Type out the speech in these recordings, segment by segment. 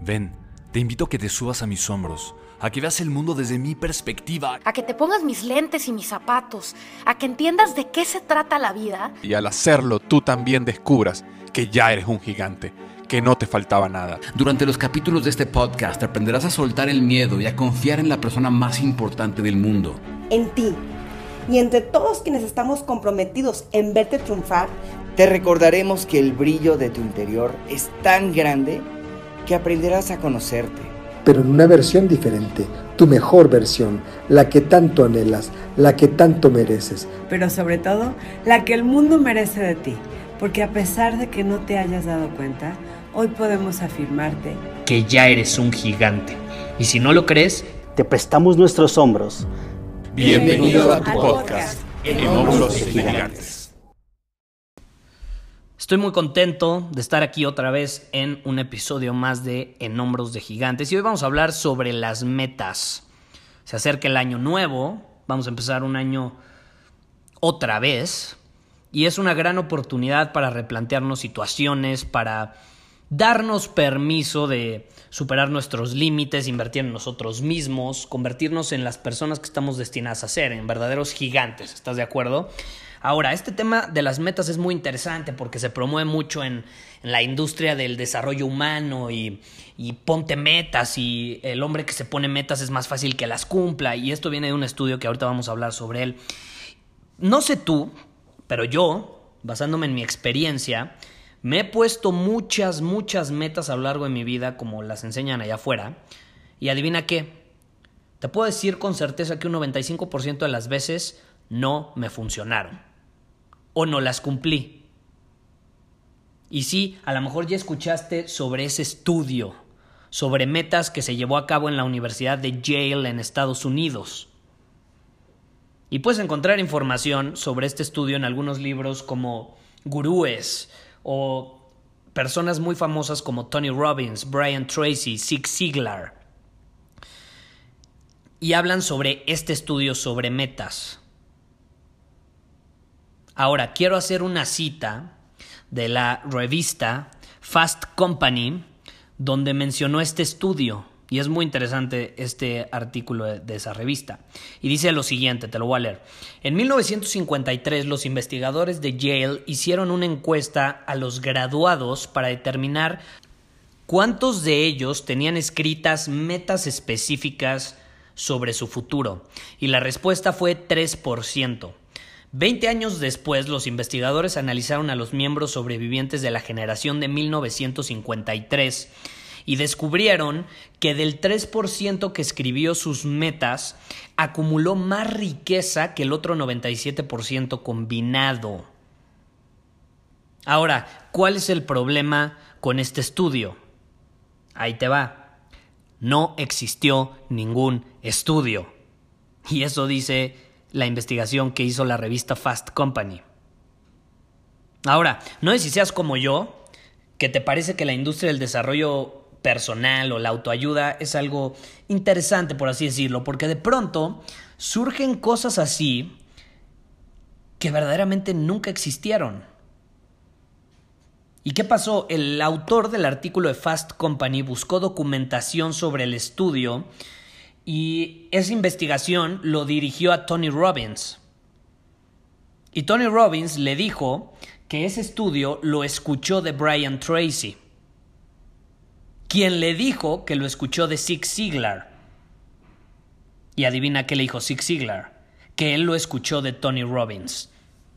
Ven, te invito a que te subas a mis hombros, a que veas el mundo desde mi perspectiva. A que te pongas mis lentes y mis zapatos, a que entiendas de qué se trata la vida. Y al hacerlo, tú también descubras que ya eres un gigante, que no te faltaba nada. Durante los capítulos de este podcast aprenderás a soltar el miedo y a confiar en la persona más importante del mundo. En ti. Y entre todos quienes estamos comprometidos en verte triunfar, te recordaremos que el brillo de tu interior es tan grande que aprenderás a conocerte. Pero en una versión diferente, tu mejor versión, la que tanto anhelas, la que tanto mereces. Pero sobre todo, la que el mundo merece de ti. Porque a pesar de que no te hayas dado cuenta, hoy podemos afirmarte que ya eres un gigante. Y si no lo crees, te prestamos nuestros hombros. Bienvenido a tu podcast, En Hombros de Gigantes. Estoy muy contento de estar aquí otra vez en un episodio más de En Hombros de Gigantes. Y hoy vamos a hablar sobre las metas. Se acerca el año nuevo, vamos a empezar un año otra vez. Y es una gran oportunidad para replantearnos situaciones, para darnos permiso de superar nuestros límites, invertir en nosotros mismos, convertirnos en las personas que estamos destinadas a ser, en verdaderos gigantes. ¿Estás de acuerdo? Ahora, este tema de las metas es muy interesante porque se promueve mucho en la industria del desarrollo humano y ponte metas, y el hombre que se pone metas es más fácil que las cumpla, y esto viene de un estudio que ahorita vamos a hablar sobre él. No sé tú, pero yo, basándome en mi experiencia, me he puesto muchas metas a lo largo de mi vida, como las enseñan allá afuera. Y adivina qué, te puedo decir con certeza que un 95% de las veces no me funcionaron. O no las cumplí. Y sí, a lo mejor ya escuchaste sobre ese estudio, sobre metas que se llevó a cabo en la Universidad de Yale en Estados Unidos. Y puedes encontrar información sobre este estudio en algunos libros como Gurúes o personas muy famosas como Tony Robbins, Brian Tracy, Zig Ziglar. Y hablan sobre este estudio sobre metas. Ahora, quiero hacer una cita de la revista Fast Company, donde mencionó este estudio. Y es muy interesante este artículo de esa revista. Y dice lo siguiente, te lo voy a leer. En 1953, los investigadores de Yale hicieron una encuesta a los graduados para determinar cuántos de ellos tenían escritas metas específicas sobre su futuro. Y la respuesta fue 3%. 20 años después, los investigadores analizaron a los miembros sobrevivientes de la generación de 1953 y descubrieron que del 3% que escribió sus metas, acumuló más riqueza que el otro 97% combinado. Ahora, ¿cuál es el problema con este estudio? Ahí te va. No existió ningún estudio. Y eso dice la investigación que hizo la revista Fast Company. Ahora, no sé si seas como yo, que te parece que la industria del desarrollo personal o la autoayuda es algo interesante, por así decirlo, porque de pronto surgen cosas así que verdaderamente nunca existieron. ¿Y qué pasó? El autor del artículo de Fast Company buscó documentación sobre el estudio y esa investigación lo dirigió a Tony Robbins. Y Tony Robbins le dijo que ese estudio lo escuchó de Brian Tracy, quien le dijo que lo escuchó de Zig Ziglar. Y adivina qué le dijo Zig Ziglar, que él lo escuchó de Tony Robbins.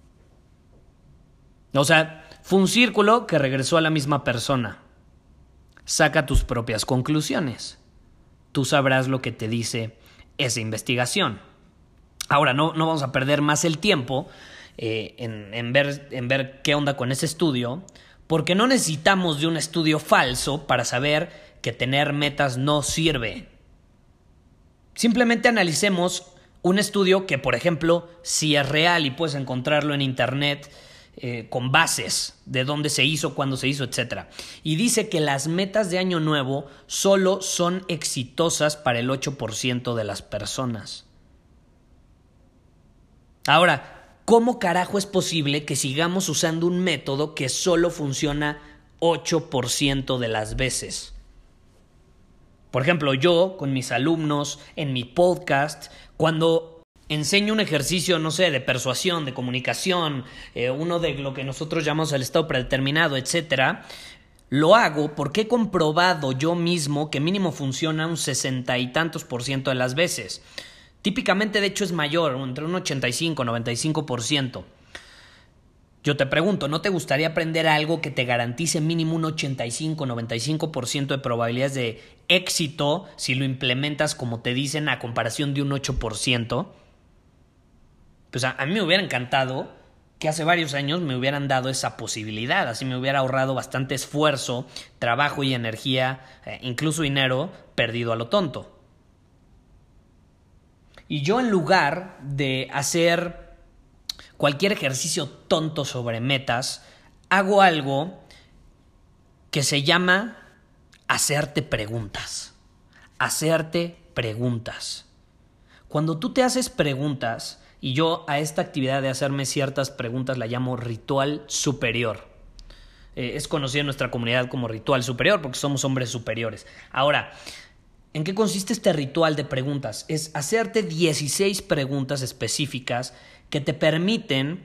O sea, fue un círculo que regresó a la misma persona. Saca tus propias conclusiones. Tú sabrás lo que te dice esa investigación. Ahora, no vamos a perder más el tiempo en ver qué onda con ese estudio, porque no necesitamos de un estudio falso para saber que tener metas no sirve. Simplemente analicemos un estudio que, por ejemplo, sí es real y puedes encontrarlo en internet con bases de dónde se hizo, cuándo se hizo, etc. Y dice que las metas de año nuevo solo son exitosas para el 8% de las personas. Ahora, ¿cómo carajo es posible que sigamos usando un método que solo funciona 8% de las veces? Por ejemplo, yo con mis alumnos en mi podcast, cuando enseño un ejercicio, no sé, de persuasión, de comunicación, uno de lo que nosotros llamamos el estado predeterminado, etcétera, lo hago porque he comprobado yo mismo que mínimo funciona un 60 y tantos % de las veces. Típicamente, de hecho, es mayor, entre un 85 y 95%. Yo te pregunto, ¿no te gustaría aprender algo que te garantice mínimo un 85-95% de probabilidades de éxito si lo implementas como te dicen a comparación de un 8%? Pues a mí me hubiera encantado que hace varios años me hubieran dado esa posibilidad. Así me hubiera ahorrado bastante esfuerzo, trabajo y energía, incluso dinero perdido a lo tonto. Y yo, en lugar de hacer cualquier ejercicio tonto sobre metas, hago algo que se llama hacerte preguntas. Hacerte preguntas. Cuando tú te haces preguntas, y yo a esta actividad de hacerme ciertas preguntas la llamo ritual superior. Es conocido en nuestra comunidad como ritual superior porque somos hombres superiores. Ahora, ¿en qué consiste este ritual de preguntas? Es hacerte 16 preguntas específicas que te permiten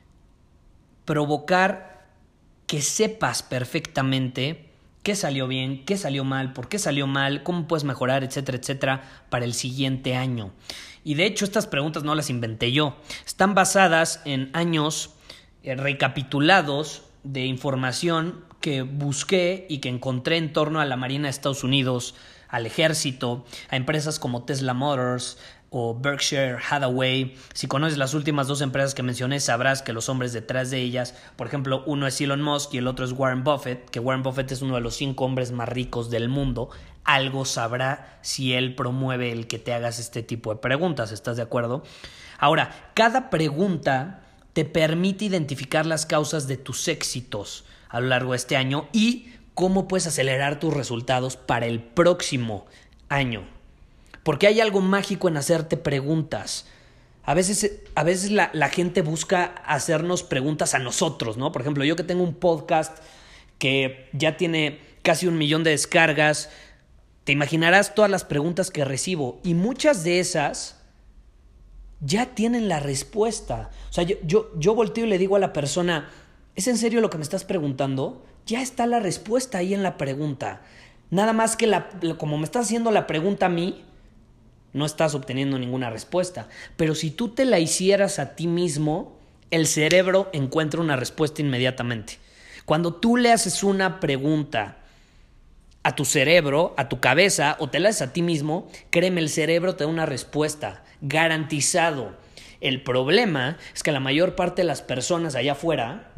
provocar que sepas perfectamente qué salió bien, qué salió mal, por qué salió mal, cómo puedes mejorar, etcétera, etcétera, para el siguiente año. Y de hecho, estas preguntas no las inventé yo. Están basadas en años recapitulados de información que busqué y que encontré en torno a la Marina de Estados Unidos, al ejército, a empresas como Tesla Motors o Berkshire Hathaway. Si conoces las últimas dos empresas que mencioné, sabrás que los hombres detrás de ellas, por ejemplo, uno es Elon Musk y el otro es Warren Buffett, que Warren Buffett es uno de los 5 hombres más ricos del mundo. Algo sabrá si él promueve el que te hagas este tipo de preguntas, ¿estás de acuerdo? Ahora, cada pregunta te permite identificar las causas de tus éxitos a lo largo de este año y cómo puedes acelerar tus resultados para el próximo año. Porque hay algo mágico en hacerte preguntas. A veces la gente busca hacernos preguntas a nosotros, ¿no? Por ejemplo, yo que tengo un podcast que ya tiene casi 1 millón de descargas, te imaginarás todas las preguntas que recibo y muchas de esas ya tienen la respuesta. O sea, yo volteo y le digo a la persona, ¿es en serio lo que me estás preguntando? Ya está la respuesta ahí en la pregunta. Nada más que como me estás haciendo la pregunta a mí, no estás obteniendo ninguna respuesta. Pero si tú te la hicieras a ti mismo, el cerebro encuentra una respuesta inmediatamente. Cuando tú le haces una pregunta a tu cerebro, a tu cabeza, o te la haces a ti mismo, créeme, el cerebro te da una respuesta, garantizado. El problema es que la mayor parte de las personas allá afuera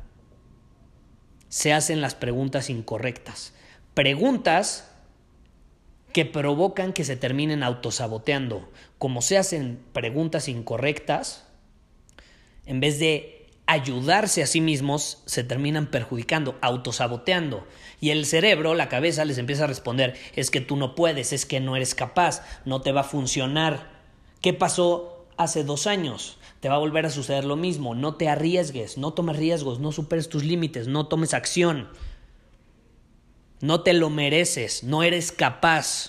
se hacen las preguntas incorrectas. Preguntas que provocan que se terminen autosaboteando. Como se hacen preguntas incorrectas, en vez de ayudarse a sí mismos, se terminan perjudicando, autosaboteando. Y el cerebro, la cabeza, les empieza a responder, es que tú no puedes, es que no eres capaz, no te va a funcionar. ¿Qué pasó hace 2 años? Te va a volver a suceder lo mismo. No te arriesgues, no tomes riesgos, no superes tus límites, no tomes acción. No te lo mereces, no eres capaz.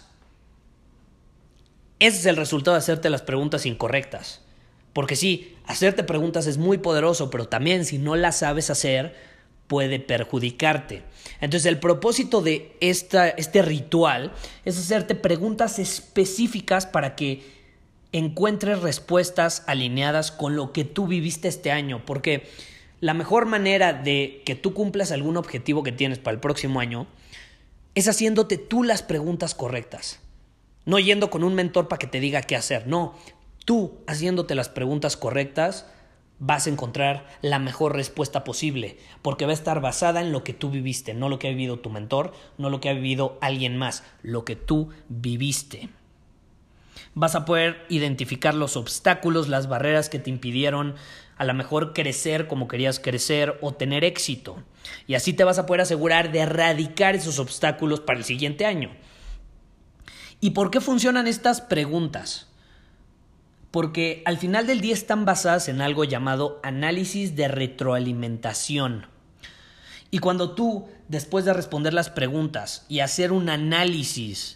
Ese es el resultado de hacerte las preguntas incorrectas. Porque sí, hacerte preguntas es muy poderoso, pero también si no las sabes hacer, puede perjudicarte. Entonces, el propósito de este ritual es hacerte preguntas específicas para que encuentres respuestas alineadas con lo que tú viviste este año. Porque la mejor manera de que tú cumplas algún objetivo que tienes para el próximo año es haciéndote tú las preguntas correctas. No yendo con un mentor para que te diga qué hacer. No, tú haciéndote las preguntas correctas vas a encontrar la mejor respuesta posible. Porque va a estar basada en lo que tú viviste. No lo que ha vivido tu mentor, no lo que ha vivido alguien más. Lo que tú viviste. Vas a poder identificar los obstáculos, las barreras que te impidieron a lo mejor crecer como querías crecer o tener éxito. Y así te vas a poder asegurar de erradicar esos obstáculos para el siguiente año. ¿Y por qué funcionan estas preguntas? Porque al final del día están basadas en algo llamado análisis de retroalimentación. Y cuando tú, después de responder las preguntas y hacer un análisis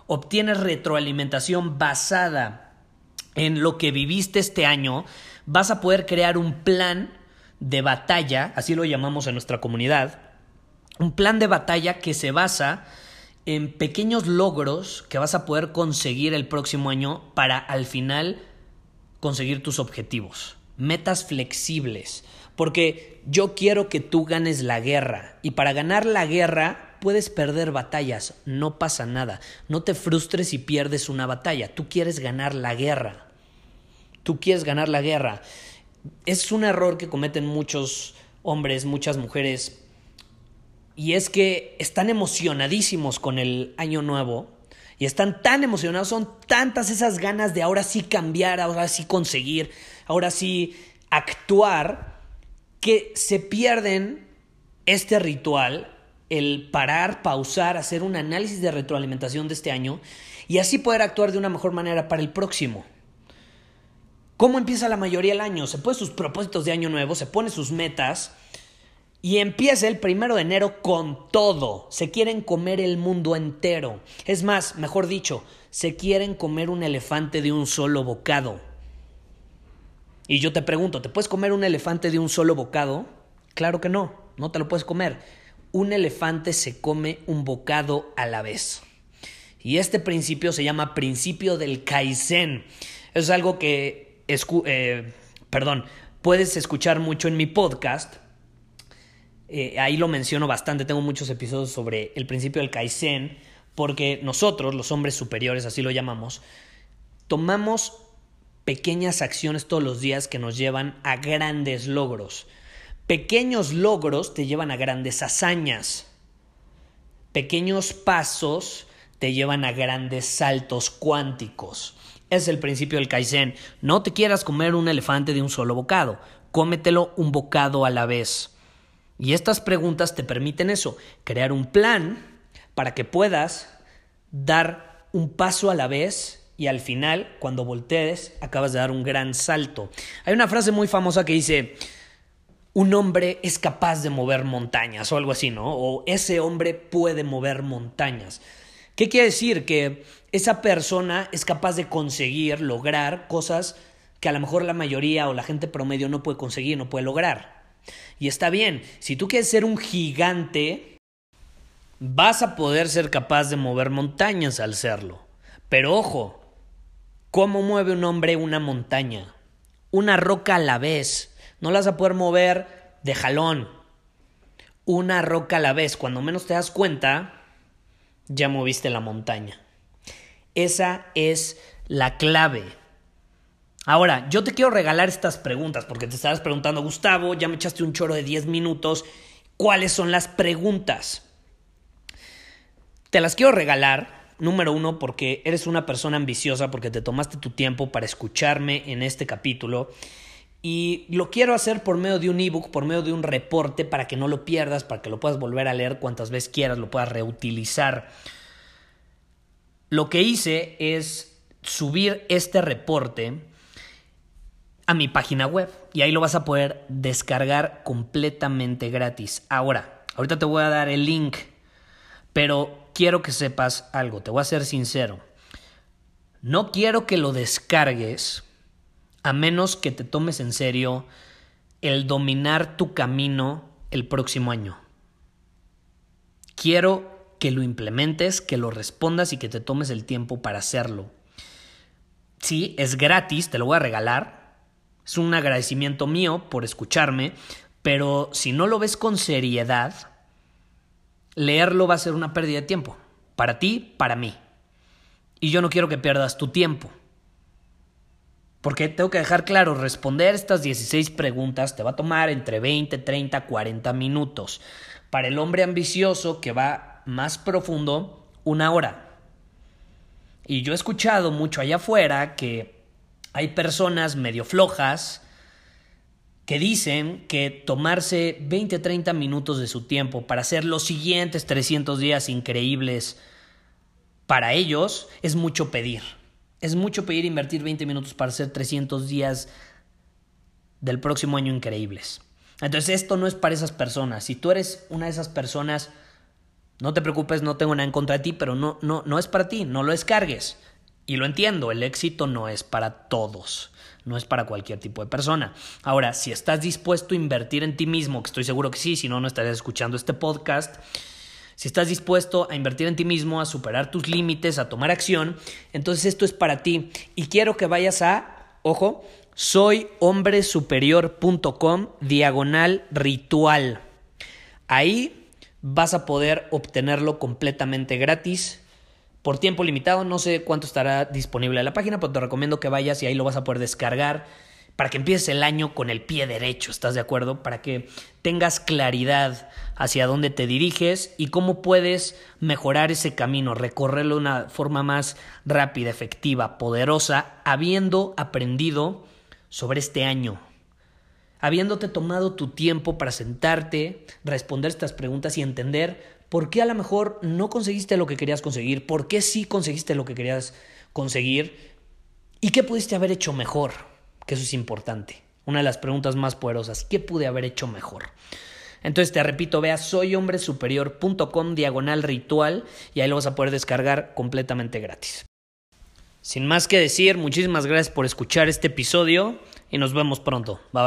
obtienes retroalimentación basada en lo que viviste este año, vas a poder crear un plan de batalla, así lo llamamos en nuestra comunidad, un plan de batalla que se basa en pequeños logros que vas a poder conseguir el próximo año para al final conseguir tus objetivos. Metas flexibles, porque yo quiero que tú ganes la guerra y para ganar la guerra puedes perder batallas, no pasa nada. No te frustres si pierdes una batalla, tú quieres ganar la guerra. Tú quieres ganar la guerra. Es un error que cometen muchos hombres, muchas mujeres, y es que están emocionadísimos con el año nuevo y están tan emocionados, son tantas esas ganas de ahora sí cambiar, ahora sí conseguir, ahora sí actuar, que se pierden este ritual, el parar, pausar, hacer un análisis de retroalimentación de este año y así poder actuar de una mejor manera para el próximo. ¿Cómo empieza la mayoría del año? Se pone sus propósitos de año nuevo, se pone sus metas y empieza el 1 de enero con todo. Se quieren comer el mundo entero. Es más, mejor dicho, se quieren comer un elefante de un solo bocado. Y yo te pregunto, ¿te puedes comer un elefante de un solo bocado? Claro que no, no te lo puedes comer. Un elefante se come un bocado a la vez. Y este principio se llama principio del Kaizen. Es algo que puedes escuchar mucho en mi podcast. Ahí lo menciono bastante, tengo muchos episodios sobre el principio del Kaizen, porque nosotros, los hombres superiores, así lo llamamos, tomamos pequeñas acciones todos los días que nos llevan a grandes logros. Pequeños logros te llevan a grandes hazañas. Pequeños pasos te llevan a grandes saltos cuánticos. Es el principio del Kaizen. No te quieras comer un elefante de un solo bocado. Cómetelo un bocado a la vez. Y estas preguntas te permiten eso, crear un plan para que puedas dar un paso a la vez y al final, cuando voltees, acabas de dar un gran salto. Hay una frase muy famosa que dice, un hombre es capaz de mover montañas o algo así, ¿no? O ese hombre puede mover montañas. ¿Qué quiere decir? Que esa persona es capaz de conseguir, lograr cosas que a lo mejor la mayoría o la gente promedio no puede conseguir, no puede lograr. Y está bien, si tú quieres ser un gigante, vas a poder ser capaz de mover montañas al serlo. Pero ojo, ¿cómo mueve un hombre una montaña? Una roca a la vez. No la vas a poder mover de jalón. Una roca a la vez. Cuando menos te das cuenta, ya moviste la montaña. Esa es la clave. Ahora, yo te quiero regalar estas preguntas porque te estarás preguntando, Gustavo, ya me echaste un choro de 10 minutos. ¿Cuáles son las preguntas? Te las quiero regalar, número 1, porque eres una persona ambiciosa, porque te tomaste tu tiempo para escucharme en este capítulo. Y lo quiero hacer por medio de un ebook, por medio de un reporte, para que no lo pierdas, para que lo puedas volver a leer cuantas veces quieras, lo puedas reutilizar. Lo que hice es subir este reporte a mi página web y ahí lo vas a poder descargar completamente gratis. Ahorita te voy a dar el link, pero quiero que sepas algo, te voy a ser sincero. No quiero que lo descargues a menos que te tomes en serio el dominar tu camino el próximo año. Quiero que lo implementes, que lo respondas y que te tomes el tiempo para hacerlo. Sí, es gratis, te lo voy a regalar. Es un agradecimiento mío por escucharme, pero si no lo ves con seriedad, leerlo va a ser una pérdida de tiempo. Para ti, para mí. Y yo no quiero que pierdas tu tiempo. Porque tengo que dejar claro, responder estas 16 preguntas te va a tomar entre 20, 30, 40 minutos. Para el hombre ambicioso que va más profundo, 1 hora. Y yo he escuchado mucho allá afuera que hay personas medio flojas que dicen que tomarse 20, 30 minutos de su tiempo para hacer los siguientes 300 días increíbles para ellos es mucho pedir. Es mucho pedir invertir 20 minutos para hacer 300 días del próximo año increíbles. Entonces esto no es para esas personas. Si tú eres una de esas personas, No te preocupes, no tengo nada en contra de ti, pero no es para ti, no lo descargues. Y lo entiendo, el éxito no es para todos, no es para cualquier tipo de persona. Ahora, si estás dispuesto a invertir en ti mismo, que estoy seguro que sí, si no, no estarías escuchando este podcast. Si estás dispuesto a invertir en ti mismo, a superar tus límites, a tomar acción, entonces esto es para ti. Y quiero que vayas a, ojo, soyhombresuperior.com/ritual. Ahí vas a poder obtenerlo completamente gratis. Por tiempo limitado, no sé cuánto estará disponible en la página, pero te recomiendo que vayas y ahí lo vas a poder descargar para que empieces el año con el pie derecho, ¿estás de acuerdo? Para que tengas claridad hacia dónde te diriges y cómo puedes mejorar ese camino, recorrerlo de una forma más rápida, efectiva, poderosa, habiendo aprendido sobre este año, habiéndote tomado tu tiempo para sentarte, responder estas preguntas y entender por qué a lo mejor no conseguiste lo que querías conseguir, por qué sí conseguiste lo que querías conseguir y qué pudiste haber hecho mejor, que eso es importante. Una de las preguntas más poderosas, ¿qué pude haber hecho mejor? Entonces te repito, ve a soyhombresuperior.com/ritual y ahí lo vas a poder descargar completamente gratis. Sin más que decir, muchísimas gracias por escuchar este episodio y nos vemos pronto. Bye.